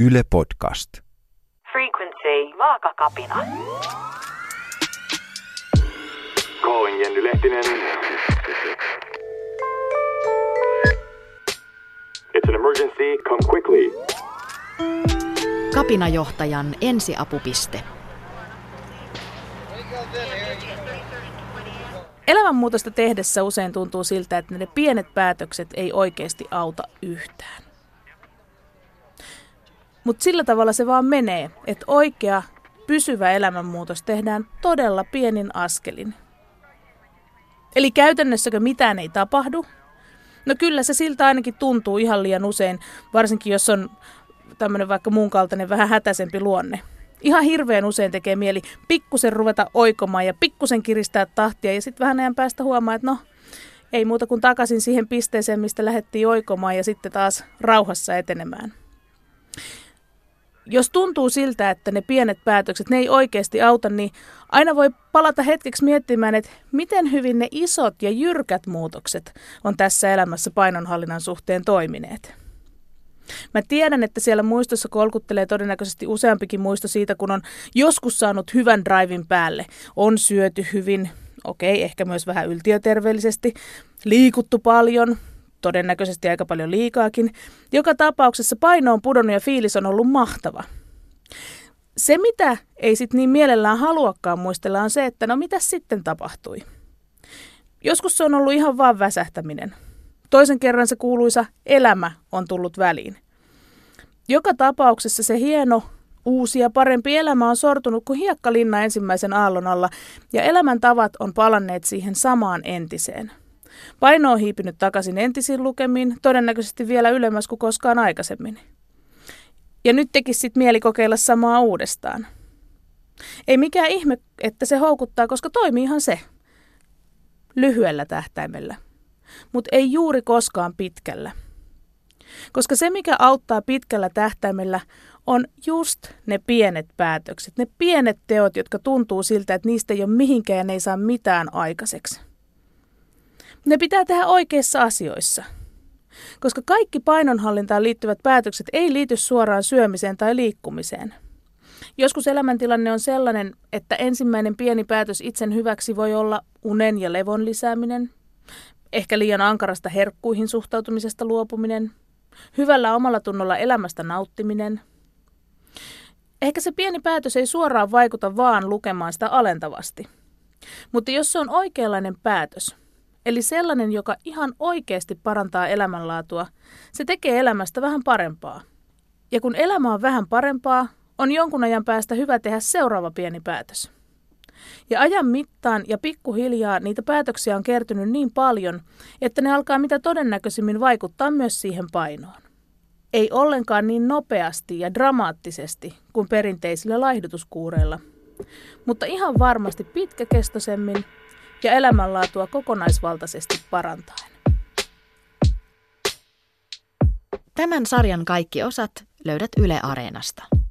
Yle Podcast. Frequency, vaakakapina. Calling Jenny Lehtinen. It's an emergency, come quickly. Kapinajohtajan ensiapupiste. Elämänmuutosta tehdessä usein tuntuu siltä, että ne pienet päätökset ei oikeasti auta yhtään. Mutta sillä tavalla se vaan menee, että oikea, pysyvä elämänmuutos tehdään todella pienin askelin. Eli käytännössäkö mitään ei tapahdu? No kyllä se siltä ainakin tuntuu ihan liian usein, varsinkin jos on tämmöinen vaikka mun kaltainen vähän hätäisempi luonne. Ihan hirveän usein tekee mieli pikkusen ruveta oikomaan ja pikkusen kiristää tahtia ja sitten vähän ajan päästä huomaa, että no ei muuta kuin takaisin siihen pisteeseen, mistä lähdettiin oikomaan ja sitten taas rauhassa etenemään. Jos tuntuu siltä, että ne pienet päätökset, ne ei oikeasti auta, niin aina voi palata hetkeksi miettimään, että miten hyvin ne isot ja jyrkät muutokset on tässä elämässä painonhallinnan suhteen toimineet. Mä tiedän, että siellä muistossa kolkuttelee todennäköisesti useampikin muisto siitä, kun on joskus saanut hyvän drivin päälle. On syöty hyvin, ehkä myös vähän yltiöterveellisesti, liikuttu paljon, todennäköisesti aika paljon liikaakin. Joka tapauksessa paino on pudonnut ja fiilis on ollut mahtava. Se, mitä ei sit niin mielellään haluakaan muistella, on se, että no mitäs sitten tapahtui. Joskus se on ollut ihan vaan väsähtäminen. Toisen kerran se kuuluisa elämä on tullut väliin. Joka tapauksessa se hieno, uusi ja parempi elämä on sortunut kuin hiekkalinna ensimmäisen aallon alla ja elämäntavat on palanneet siihen samaan entiseen. Paino on hiipinyt takaisin entisiin lukemiin, todennäköisesti vielä ylemmäs kuin koskaan aikaisemmin. Ja nyt tekisi sit mieli kokeilla samaa uudestaan. Ei mikään ihme, että se houkuttaa, koska toimiihan se. Lyhyellä tähtäimellä. Mutta ei juuri koskaan pitkällä. Koska se, mikä auttaa pitkällä tähtäimellä, on just ne pienet päätökset, ne pienet teot, jotka tuntuu siltä, että niistä ei ole mihinkään ja ne ei saa mitään aikaiseksi. Ne pitää tehdä oikeissa asioissa. Koska kaikki painonhallintaan liittyvät päätökset ei liity suoraan syömiseen tai liikkumiseen. Joskus elämäntilanne on sellainen, että ensimmäinen pieni päätös itsen hyväksi voi olla unen ja levon lisääminen, ehkä liian ankarasta herkkuihin suhtautumisesta luopuminen, hyvällä omalla tunnolla elämästä nauttiminen. Ehkä se pieni päätös ei suoraan vaikuta vaan lukemaan sitä alentavasti. Mutta jos se on oikeanlainen päätös, eli sellainen, joka ihan oikeasti parantaa elämänlaatua, se tekee elämästä vähän parempaa. Ja kun elämä on vähän parempaa, on jonkun ajan päästä hyvä tehdä seuraava pieni päätös. Ja ajan mittaan ja pikkuhiljaa niitä päätöksiä on kertynyt niin paljon, että ne alkaa mitä todennäköisimmin vaikuttaa myös siihen painoon. Ei ollenkaan niin nopeasti ja dramaattisesti kuin perinteisillä laihdutuskuureilla, mutta ihan varmasti pitkäkestoisemmin ja elämänlaatua kokonaisvaltaisesti parantaen. Tämän sarjan kaikki osat löydät Yle Areenasta.